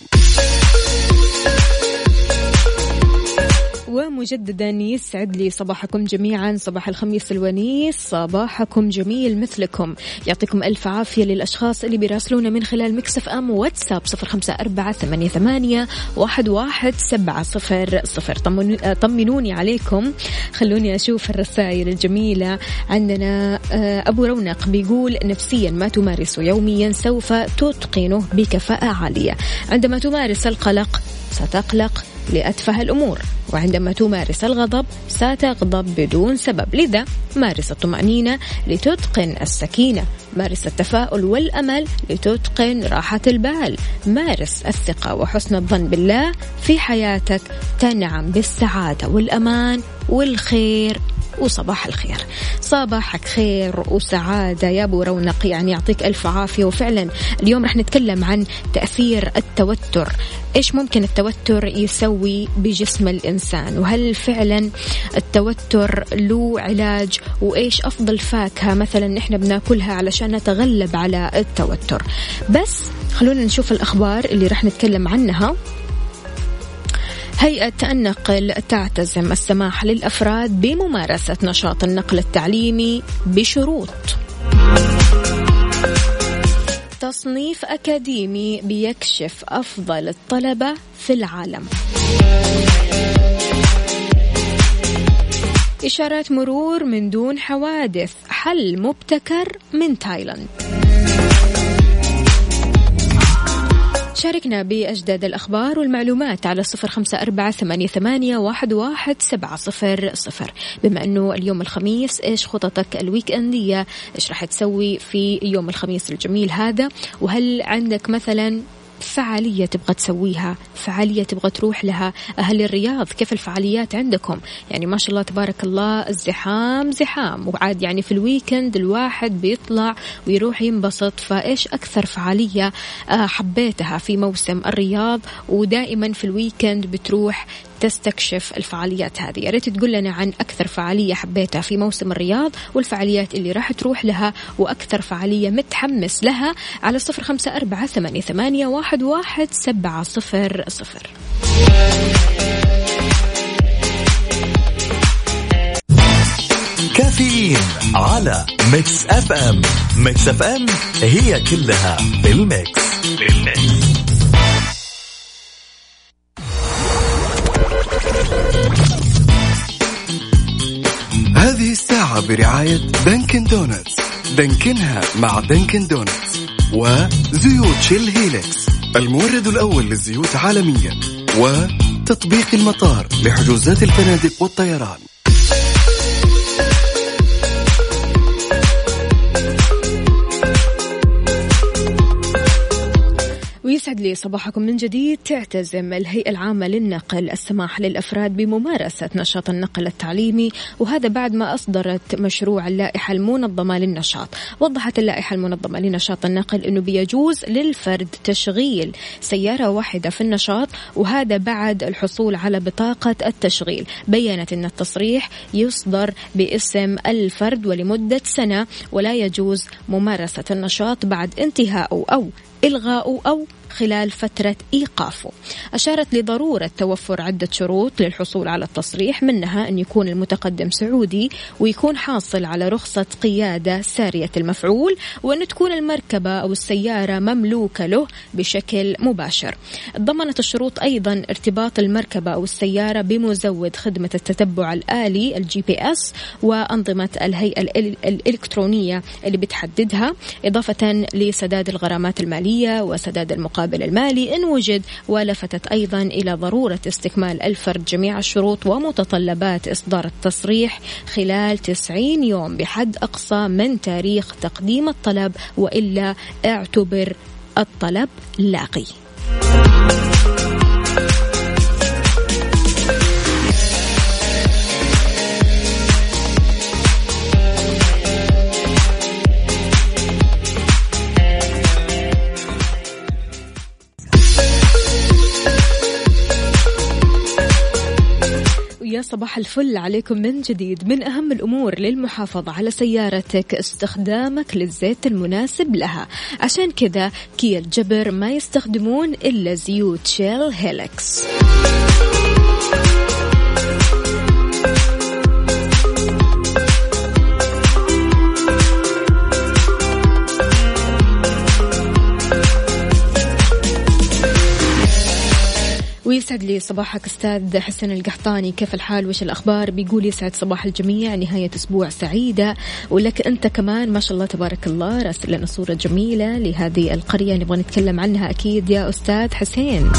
ومجددا يسعد لي صباحكم جميعا، صباح الخميس الونيس، صباحكم جميل مثلكم. يعطيكم ألف عافية للأشخاص اللي بيراسلونا من خلال ميكس اف ام واتساب صفر خمسة أربعة ثمانية ثمانية واحد واحد سبعة صفر صفر. طمنوني عليكم، خلوني أشوف الرسائل الجميلة. عندنا أبو رونق بيقول نفسيا ما تمارسه يوميا سوف تتقنه بكفاءة عالية. عندما تمارس القلق ستقلق لأتفه الأمور، وعندما تمارس الغضب ستغضب بدون سبب. لذا مارس الطمأنينة لتتقن السكينة، مارس التفاؤل والأمل لتتقن راحة البال، مارس الثقة وحسن الظن بالله في حياتك، تنعم بالسعادة والأمان والخير. وصباح الخير، صباحك خير وسعادة يا أبو رونق، يعني يعطيك ألف عافية. وفعلا اليوم رح نتكلم عن تأثير التوتر، إيش ممكن التوتر يسوي بجسم الإنسان، وهل فعلا التوتر له علاج، وإيش أفضل فاكهة مثلا نحن بناكلها علشان نتغلب على التوتر. بس خلونا نشوف الأخبار اللي رح نتكلم عنها. هيئة النقل تعتزم السماح للأفراد بممارسة نشاط النقل التعليمي بشروط. تصنيف أكاديمي بيكشف أفضل الطلبة في العالم. إشارات مرور من دون حوادث، حل مبتكر من تايلاند. شاركنا بأجداد الأخبار والمعلومات على صفر خمسة أربعة ثمانية ثمانية واحد واحد سبعة صفر صفر. بما أنه اليوم الخميس، إيش خططك الويك أندية؟ إيش راح تسوي في يوم الخميس الجميل هذا؟ وهل عندك مثلا فعالية تبغى تسويها، فعالية تبغى تروح لها. أهل الرياض كيف الفعاليات عندكم؟ يعني ما شاء الله تبارك الله الزحام زحام، وعاد يعني في الويكند الواحد بيطلع ويروح ينبسط. فإيش أكثر فعالية حبيتها في موسم الرياض ودائما في الويكند بتروح تستكشف الفعاليات هذه؟ يا ريت تقول لنا عن أكثر فعالية حبيتها في موسم الرياض والفعاليات اللي راح تروح لها، وأكثر فعالية متحمس لها على صفر خمسة أربعة ثمانية ثمانية واحد واحد سبعة صفر صفر. كافيين على ميكس اف ام. ميكس اف ام هي كلها بالميكس. بالميكس. هذه الساعة برعاية دانكن دونتس. دانكنها مع دانكن دونتس، وزيوت شيل هيلكس المورد الأول للزيوت عالميا، وتطبيق المطار لحجوزات الفنادق والطيران. ويسعد لي صباحكم من جديد. تعتزم الهيئة العامة للنقل السماح للأفراد بممارسة نشاط النقل التعليمي، وهذا بعد ما أصدرت مشروع اللائحة المنظمة للنشاط. وضحت اللائحة المنظمة لنشاط النقل أنه بيجوز للفرد تشغيل سيارة واحدة في النشاط، وهذا بعد الحصول على بطاقة التشغيل. بيّنت أن التصريح يصدر باسم الفرد ولمدة سنة، ولا يجوز ممارسة النشاط بعد انتهاءه أو إلغاؤه أو خلال فترة إيقافه. أشارت لضرورة توفر عدة شروط للحصول على التصريح، منها أن يكون المتقدم سعودي، ويكون حاصل على رخصة قيادة سارية المفعول، وأن تكون المركبة أو السيارة مملوكة له بشكل مباشر. ضمنت الشروط أيضا ارتباط المركبة أو السيارة بمزود خدمة التتبع الآلي الجي بي اس وأنظمة الهيئة الإلكترونية اللي بتحددها، إضافة لسداد الغرامات المالية وسداد المقابل المالي إن وجد. ولفتت أيضا إلى ضرورة استكمال الفرد جميع الشروط ومتطلبات إصدار التصريح خلال تسعين يوم بحد أقصى من تاريخ تقديم الطلب، وإلا اعتبر الطلب لاغي. يا صباح الفل عليكم من جديد. من أهم الأمور للمحافظة على سيارتك استخدامك للزيت المناسب لها. عشان كذا كيا الجبر ما يستخدمون إلا زيوت شيل هيلكس. ويسعد لي صباحك أستاذ حسن القحطاني، كيف الحال وش الأخبار؟ بيقول يسعد صباح الجميع، نهاية أسبوع سعيدة، ولك أنت كمان ما شاء الله تبارك الله. راسل لنا صورة جميلة لهذه القرية نبغى نتكلم عنها أكيد يا أستاذ حسين.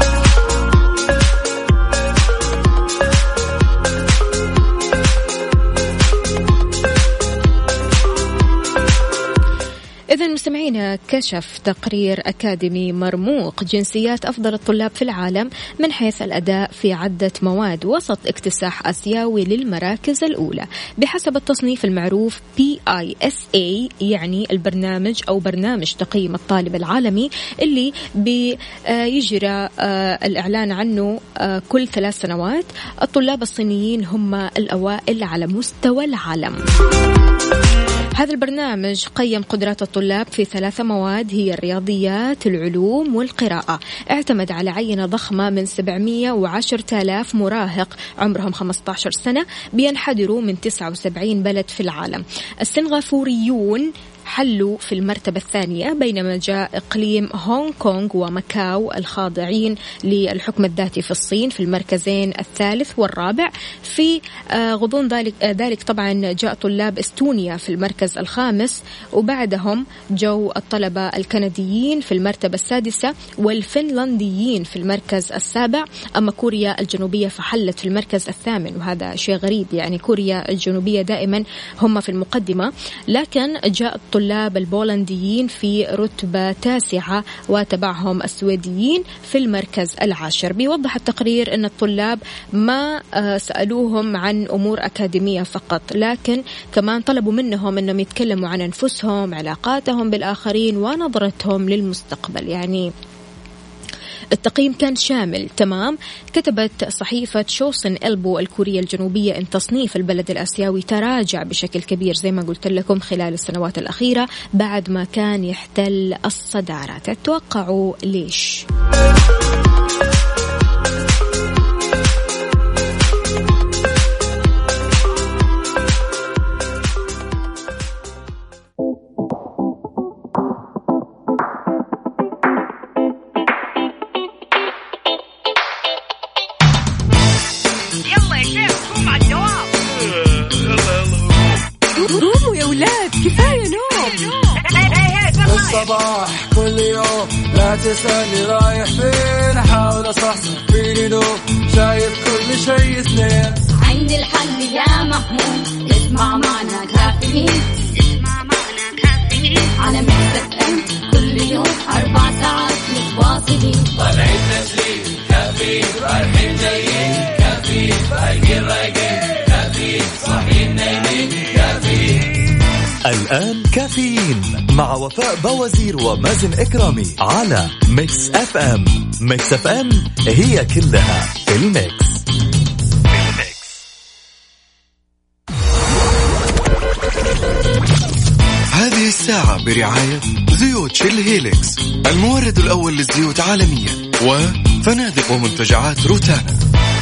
إذن مستمعينا، كشف تقرير أكاديمي مرموق جنسيات أفضل الطلاب في العالم من حيث الأداء في عدة مواد وسط اكتساح آسيوي للمراكز الأولى بحسب التصنيف المعروف بي آي إس إيه، يعني البرنامج أو برنامج تقييم الطالب العالمي اللي بيجرى الإعلان عنه كل ثلاث سنوات. الطلاب الصينيين هم الأوائل على مستوى العالم. هذا البرنامج قيم قدرات الطلاب في ثلاث مواد هي الرياضيات، العلوم والقراءة. اعتمد على عينة ضخمة من سبعمئة وعشرة آلاف مراهق عمرهم خمسة عشر سنة بينحدروا من تسعة وسبعين بلد في العالم. السنغافوريون حلوا في المرتبة الثانية، بينما جاء إقليم هونغ كونغ ومكاو الخاضعين للحكم الذاتي في الصين في المركزين الثالث والرابع. في غضون ذلك ذلك طبعا جاء طلاب استونيا في المركز الخامس، وبعدهم جو الطلبة الكنديين في المرتبة السادسة والفنلنديين في المركز السابع. أما كوريا الجنوبية فحلت في المركز الثامن، وهذا شيء غريب، يعني كوريا الجنوبية دائما هم في المقدمة. لكن جاء الطلاب البولنديين في رتبة تاسعة وتبعهم السويديين في المركز العاشر. بيوضح التقرير أن الطلاب ما سألوهم عن أمور أكاديمية فقط، لكن كمان طلبوا منهم أنهم يتكلموا عن أنفسهم، علاقاتهم بالآخرين ونظرتهم للمستقبل. يعني التقييم كان شامل تمام. كتبت صحيفة شوسن إلبو الكورية الجنوبية إن تصنيف البلد الآسيوي تراجع بشكل كبير زي ما قلت لكم خلال السنوات الأخيرة بعد ما كان يحتل الصدارة. تتوقعوا ليش؟ الصباح كل يوم لا تسألني رايح فين، أحاول أصحصح فيني لو شايف كل شيء اثنين. عندي الحل يا محمود، اسمع معنا كافيين، اسمع معنا كافيين على ميكس اف ام كل يوم أربع ساعات متواصلين. طالعين تسليم كافيين، رايحين جايين كافيين، رايقين رايقين كافيين، صاحيين نايمين كافيين. الآن كافيين مع وفاء بوازير ومازن إكرامي على ميكس اف ام. ميكس اف ام هي كلها في الميكس. هذه الساعة برعاية زيوت شيل هيليكس، المورد الأول للزيوت عالميا، وفنادق ومنتجعات روتانا.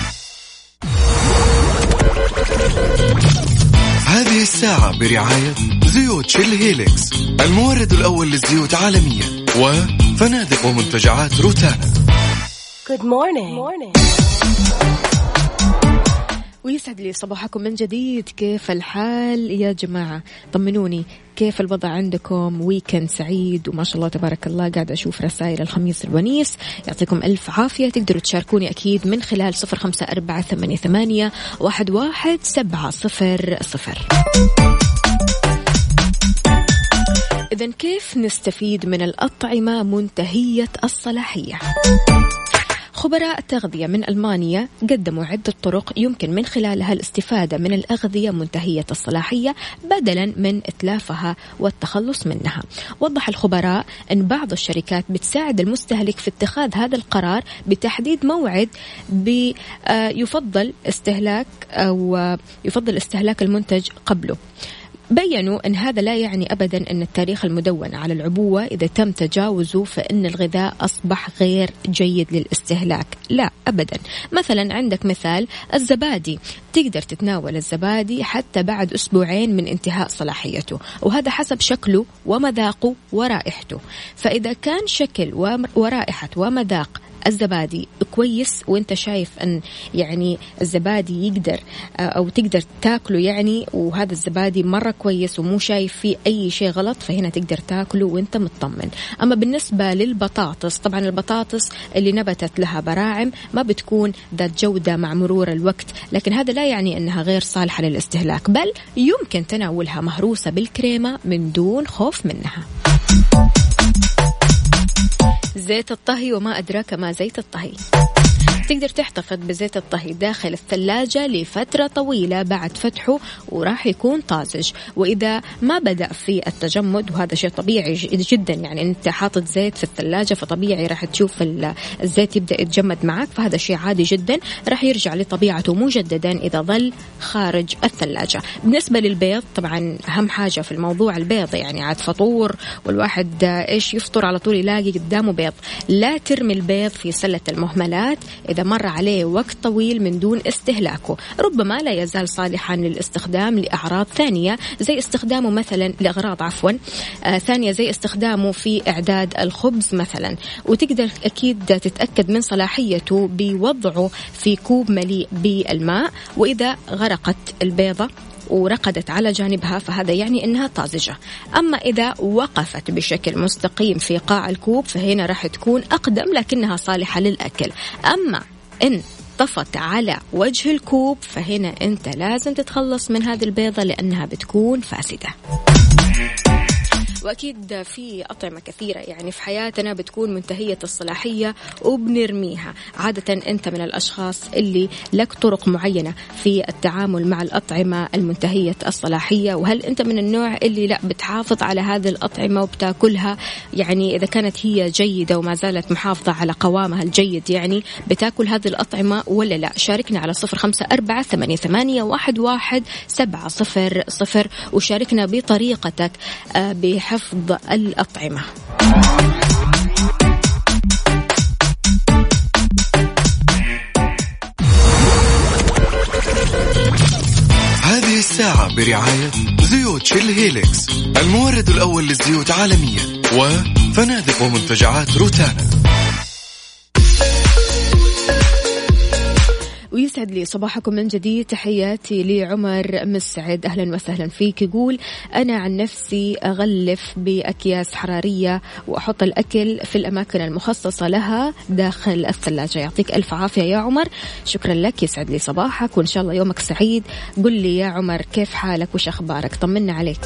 هذه الساعة برعاية زيوت شيل هيليكس، المورد الأول للزيوت عالميا، وفنادق ومنتجعات روتانا. Good morning. ويسعد لي صباحكم من جديد. كيف الحال يا جماعة؟ طمنوني كيف الوضع عندكم؟ ويكند سعيد وما شاء الله تبارك الله. قاعدة أشوف رسائل الخميس الونيس، يعطيكم ألف عافية. تقدروا تشاركوني أكيد من خلال صفر خمسة أربعة ثمانية ثمانية واحد واحد سبعة صفر صفر. إذن كيف نستفيد من الأطعمة منتهية الصلاحية؟ خبراء التغذية من ألمانيا قدموا عدة طرق يمكن من خلالها الاستفادة من الأغذية منتهية الصلاحية بدلا من إتلافها والتخلص منها. وضح الخبراء أن بعض الشركات بتساعد المستهلك في اتخاذ هذا القرار بتحديد موعد بيفضل استهلاك أو يفضل استهلاك المنتج قبله. بيّنوا أن هذا لا يعني أبدا أن التاريخ المدون على العبوة إذا تم تجاوزه فإن الغذاء أصبح غير جيد للاستهلاك، لا أبدا. مثلا عندك مثال الزبادي، تقدر تتناول الزبادي حتى بعد أسبوعين من انتهاء صلاحيته، وهذا حسب شكله ومذاقه ورائحته. فإذا كان شكل ورائحة ومذاق الزبادي كويس وانت شايف ان يعني الزبادي يقدر او تقدر تاكله يعني، وهذا الزبادي مرة كويس ومو شايف فيه اي شيء غلط، فهنا تقدر تاكله وانت مطمن. اما بالنسبة للبطاطس، طبعا البطاطس اللي نبتت لها براعم ما بتكون ذات جودة مع مرور الوقت، لكن هذا لا يعني انها غير صالحة للاستهلاك، بل يمكن تناولها مهروسة بالكريمة من دون خوف منها. زيت الطهي وما أدراك ما زيت الطهي. تقدر تحتفظ بزيت الطهي داخل الثلاجة لفترة طويلة بعد فتحه وراح يكون طازج، وإذا ما بدأ في التجمد، وهذا شيء طبيعي جدا، يعني أنت حاطط زيت في الثلاجة فطبيعي راح تشوف الزيت يبدأ يتجمد معك، فهذا شيء عادي جدا، راح يرجع لطبيعته مجددا إذا ظل خارج الثلاجة. بالنسبة للبيض، طبعا أهم حاجة في الموضوع البيض، يعني عاد فطور والواحد إيش يفطر على طول يلاقي قدامه بيض. لا ترمي البيض في سلة المهملات إذا مر عليه وقت طويل من دون استهلاكه، ربما لا يزال صالحا للاستخدام لأعراض ثانية زي استخدامه مثلا لأغراض عفوا آه ثانية زي استخدامه في إعداد الخبز مثلا. وتقدر أكيد تتأكد من صلاحيته بوضعه في كوب مليء بالماء، وإذا غرقت البيضة ورقدت على جانبها فهذا يعني أنها طازجة. أما إذا وقفت بشكل مستقيم في قاع الكوب فهنا راح تكون أقدم لكنها صالحة للأكل. أما إن طفت على وجه الكوب فهنا أنت لازم تتخلص من هذه البيضة لأنها بتكون فاسدة. وأكيد في أطعمة كثيرة يعني في حياتنا بتكون منتهية الصلاحية وبنرميها. عادة أنت من الأشخاص اللي لك طرق معينة في التعامل مع الأطعمة المنتهية الصلاحية، وهل أنت من النوع اللي لا بتحافظ على هذه الأطعمة وبتاكلها يعني إذا كانت هي جيدة وما زالت محافظة على قوامها الجيد، يعني بتاكل هذه الأطعمة ولا لا؟ شاركنا على صفر خمسة أربعة ثمانية ثمانية واحد واحد سبعة صفر صفر وشاركنا بطريقتك بحفظ الأطعمة. هذه الساعة برعاية زيوت شيل هيليكس، المورد الأول للزيوت عالميا، وفنادق ومنتجعات روتانا. ويسعد لي صباحكم من جديد. تحياتي لعمر مسعد، أهلا وسهلا فيك. يقول أنا عن نفسي أغلف بأكياس حرارية وأحط الأكل في الأماكن المخصصة لها داخل الثلاجة. يعطيك ألف عافية يا عمر، شكرا لك، يسعد لي صباحك وإن شاء الله يومك سعيد. قل لي يا عمر كيف حالك وش أخبارك، طمنا عليك.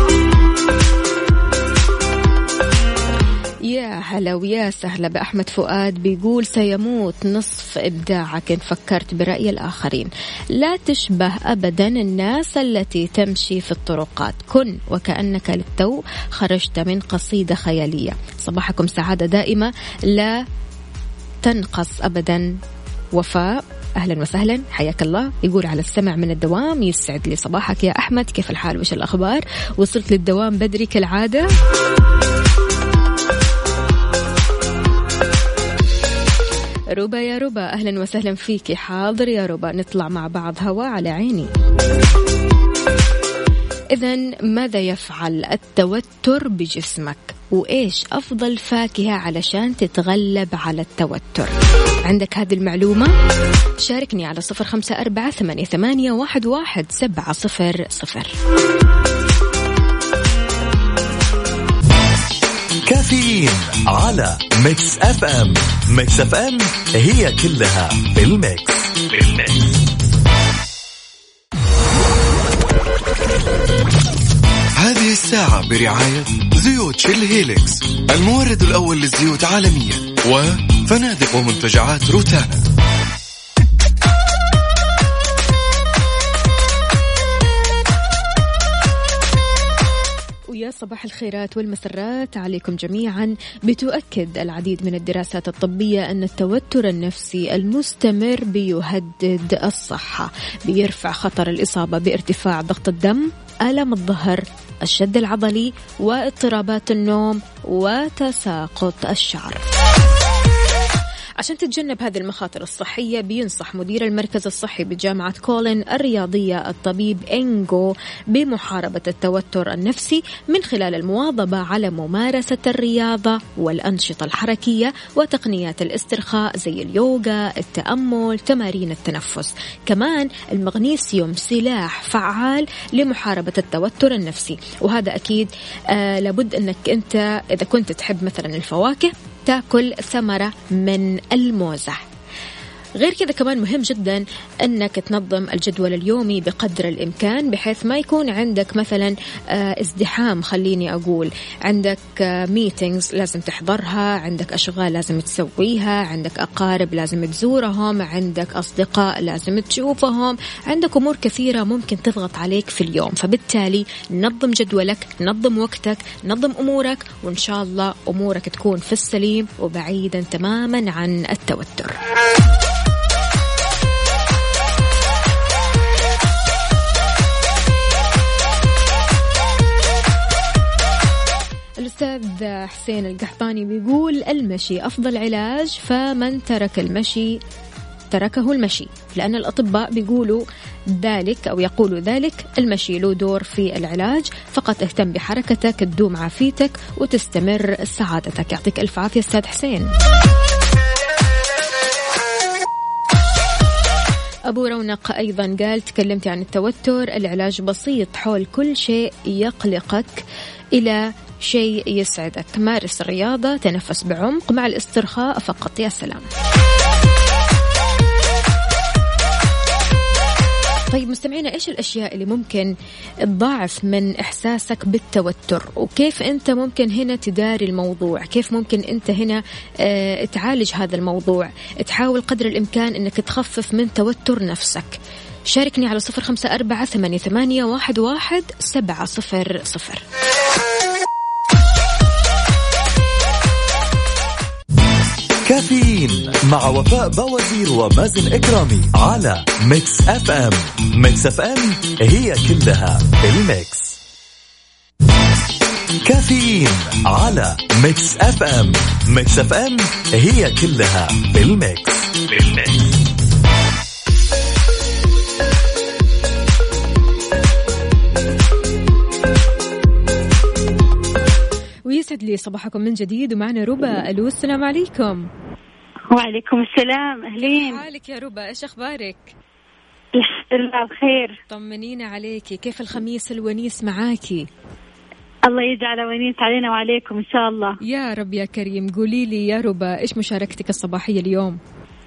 يا هلا ويا سهلا بأحمد فؤاد، بيقول سيموت نصف إبداعك إن فكرت برأي الآخرين، لا تشبه أبدا الناس التي تمشي في الطرقات، كن وكأنك للتو خرجت من قصيدة خيالية. صباحكم سعادة دائمة لا تنقص أبدا. وفاء أهلا وسهلا، حياك الله. يقول على السمع من الدوام، يسعد لي صباحك يا أحمد، كيف الحال وش الأخبار؟ وصلت للدوام بدري كالعادة؟ ربا يا ربا أهلا وسهلا فيكي. حاضر يا ربا، نطلع مع بعض هوا على عيني. إذن ماذا يفعل التوتر بجسمك؟ وإيش أفضل فاكهة علشان تتغلب على التوتر؟ عندك هذه المعلومة؟ شاركني على صفر خمسة أربعة ثمانية ثمانية واحد واحد سبعة صفر صفر. كافيين على ميكس اف ام. ميكس اف ام هي كلها بالميكس. بالميكس. هذه الساعة برعاية زيوت شيل هيليكس، المورد الأول للزيوت عالميا، وفنادق ومنتجعات روتانا. يا صباح الخيرات والمسرات عليكم جميعا. بتؤكد العديد من الدراسات الطبية أن التوتر النفسي المستمر بيهدد الصحة، بيرفع خطر الإصابة بارتفاع ضغط الدم، آلام الظهر، الشد العضلي، واضطرابات النوم، وتساقط الشعر. عشان تتجنب هذه المخاطر الصحية بينصح مدير المركز الصحي بجامعة كولين الرياضية الطبيب إنجو بمحاربة التوتر النفسي من خلال المواظبة على ممارسة الرياضة والأنشطة الحركية وتقنيات الاسترخاء زي اليوغا، التأمل، تمارين التنفس. كمان المغنيسيوم سلاح فعال لمحاربة التوتر النفسي، وهذا أكيد آه لابد أنك أنت إذا كنت تحب مثلا الفواكه تاكل ثمرة من الموزة. غير كذا كمان مهم جدا أنك تنظم الجدول اليومي بقدر الإمكان بحيث ما يكون عندك مثلا ازدحام، خليني أقول عندك ميتينجز لازم تحضرها، عندك أشغال لازم تسويها، عندك أقارب لازم تزورهم، عندك أصدقاء لازم تشوفهم، عندك أمور كثيرة ممكن تضغط عليك في اليوم. فبالتالي نظم جدولك، نظم وقتك، نظم أمورك، وإن شاء الله أمورك تكون في السليم وبعيدا تماما عن التوتر. الأستاذ حسين القحطاني بيقول المشي أفضل علاج، فمن ترك المشي تركه المشي، لأن الأطباء بيقولوا ذلك أو يقولوا ذلك. المشي له دور في العلاج، فقط اهتم بحركتك تدوم عافيتك وتستمر سعادتك. يعطيك ألف عافية أستاذ حسين. أبو رونق أيضا قال تكلمتي عن التوتر، العلاج بسيط، حول كل شيء يقلقك إلى شيء يسعدك، مارس الرياضة، تنفس بعمق مع الاسترخاء فقط. يا سلام. طيب مستمعينا، إيش الأشياء اللي ممكن تضاعف من إحساسك بالتوتر، وكيف أنت ممكن هنا تداري الموضوع؟ كيف ممكن أنت هنا اه تعالج هذا الموضوع؟ تحاول قدر الإمكان أنك تخفف من توتر نفسك. شاركني على صفر خمسة أربعة ثمانية ثمانية واحد واحد سبعة صفر صفر. كافيين مع وفاء بوازير ومازن إكرامي على ميكس اف ام. ميكس اف ام هي كلها الميكس. كافيين على ميكس اف ام. ميكس اف ام هي كلها الميكس بالميكس. ويسعد لي صباحكم من جديد، ومعنا ربا. ألو، السلام عليكم. وعليكم السلام، أهلين. حالك يا ربا؟ إيش أخبارك؟ الحمد لله بخير. طمنينا عليكي، كيف الخميس الونيس معاكي؟ الله يجعل ونيس علينا وعليكم إن شاء الله يا رب يا كريم. قولي لي يا ربا، إيش مشاركتك الصباحية اليوم؟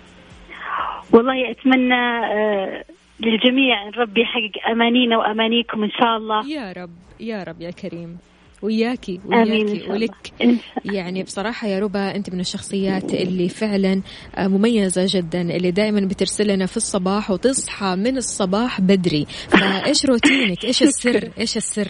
والله أتمنى للجميع ربي يحقق أمانينا وأمانيكم إن شاء الله. يا رب يا رب يا كريم. وياكي وياكي ولك. يعني بصراحة يا ربا أنت من الشخصيات اللي فعلا مميزة جدا، اللي دائما بترسلنا في الصباح وتصحى من الصباح بدري. فإيش روتينك؟ إيش السر؟ إيش السر؟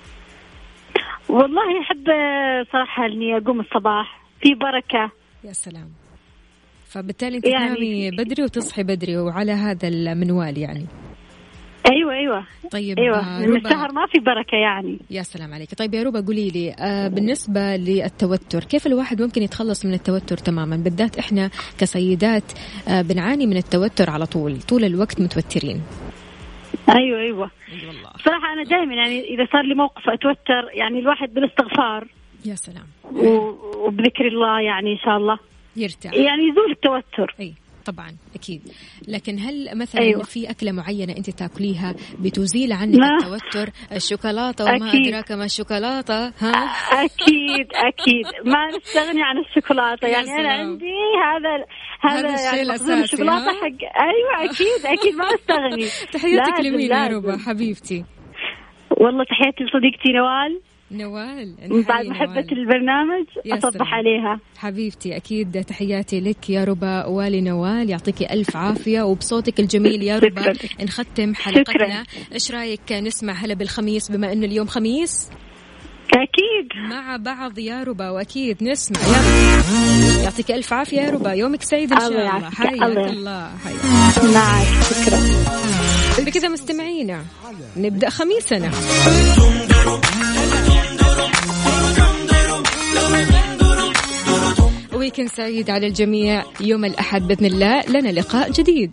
والله أحب صراحة أني أقوم الصباح في بركة. يا سلام. فبالتالي أنت تنامي يعني بدري وتصحي بدري، وعلى هذا المنوال يعني. أيوة أيوة. طيب أيوة، من السهر ما في بركة يعني. يا سلام عليك. طيب يا ربا قولي لي، آه بالنسبة للتوتر، كيف الواحد ممكن يتخلص من التوتر تماما؟ بالذات إحنا كسيدات آه بنعاني من التوتر على طول، طول الوقت متوترين. أيوة أيوة. صراحة أنا دائما يعني إذا صار لي موقف أتوتر، يعني الواحد بالاستغفار. يا سلام. وبذكر الله يعني إن شاء الله يرتاح، يعني يزول التوتر. أي طبعا أكيد. لكن هل مثلا أيوة. في أكلة معينة أنت تاكليها بتزيل عنك لا. التوتر؟ الشوكولاتة وما أكيد. أدراك ما الشوكولاتة. ها أكيد أكيد ما نستغني عن الشوكولاتة. يعني أنا عندي هذا هذا يعني مخزون الشوكولاتة حق. أيوة أكيد أكيد ما نستغني. تحياتك لمين يا ربا حبيبتي؟ والله تحياتي لصديقتي نوال. نوال بعد محبة البرنامج أصبح عليها حبيبتي. أكيد تحياتي لك يا ربا والي نوال، يعطيكي ألف عافية وبصوتك الجميل يا ربا. نختم حلقتنا. إيش رأيك نسمع هلا بالخميس بما أنه اليوم خميس؟ أكيد مع بعض يا ربا، وأكيد نسمع. يا يعطيك ألف عافية يا ربا، يومك سعيد إن شاء الله. حياك الله. حياك. نعم شكرا. بكذا مستمعينا نبدأ خميسنا. ويكند سعيد على الجميع. يوم الأحد بإذن الله لنا لقاء جديد.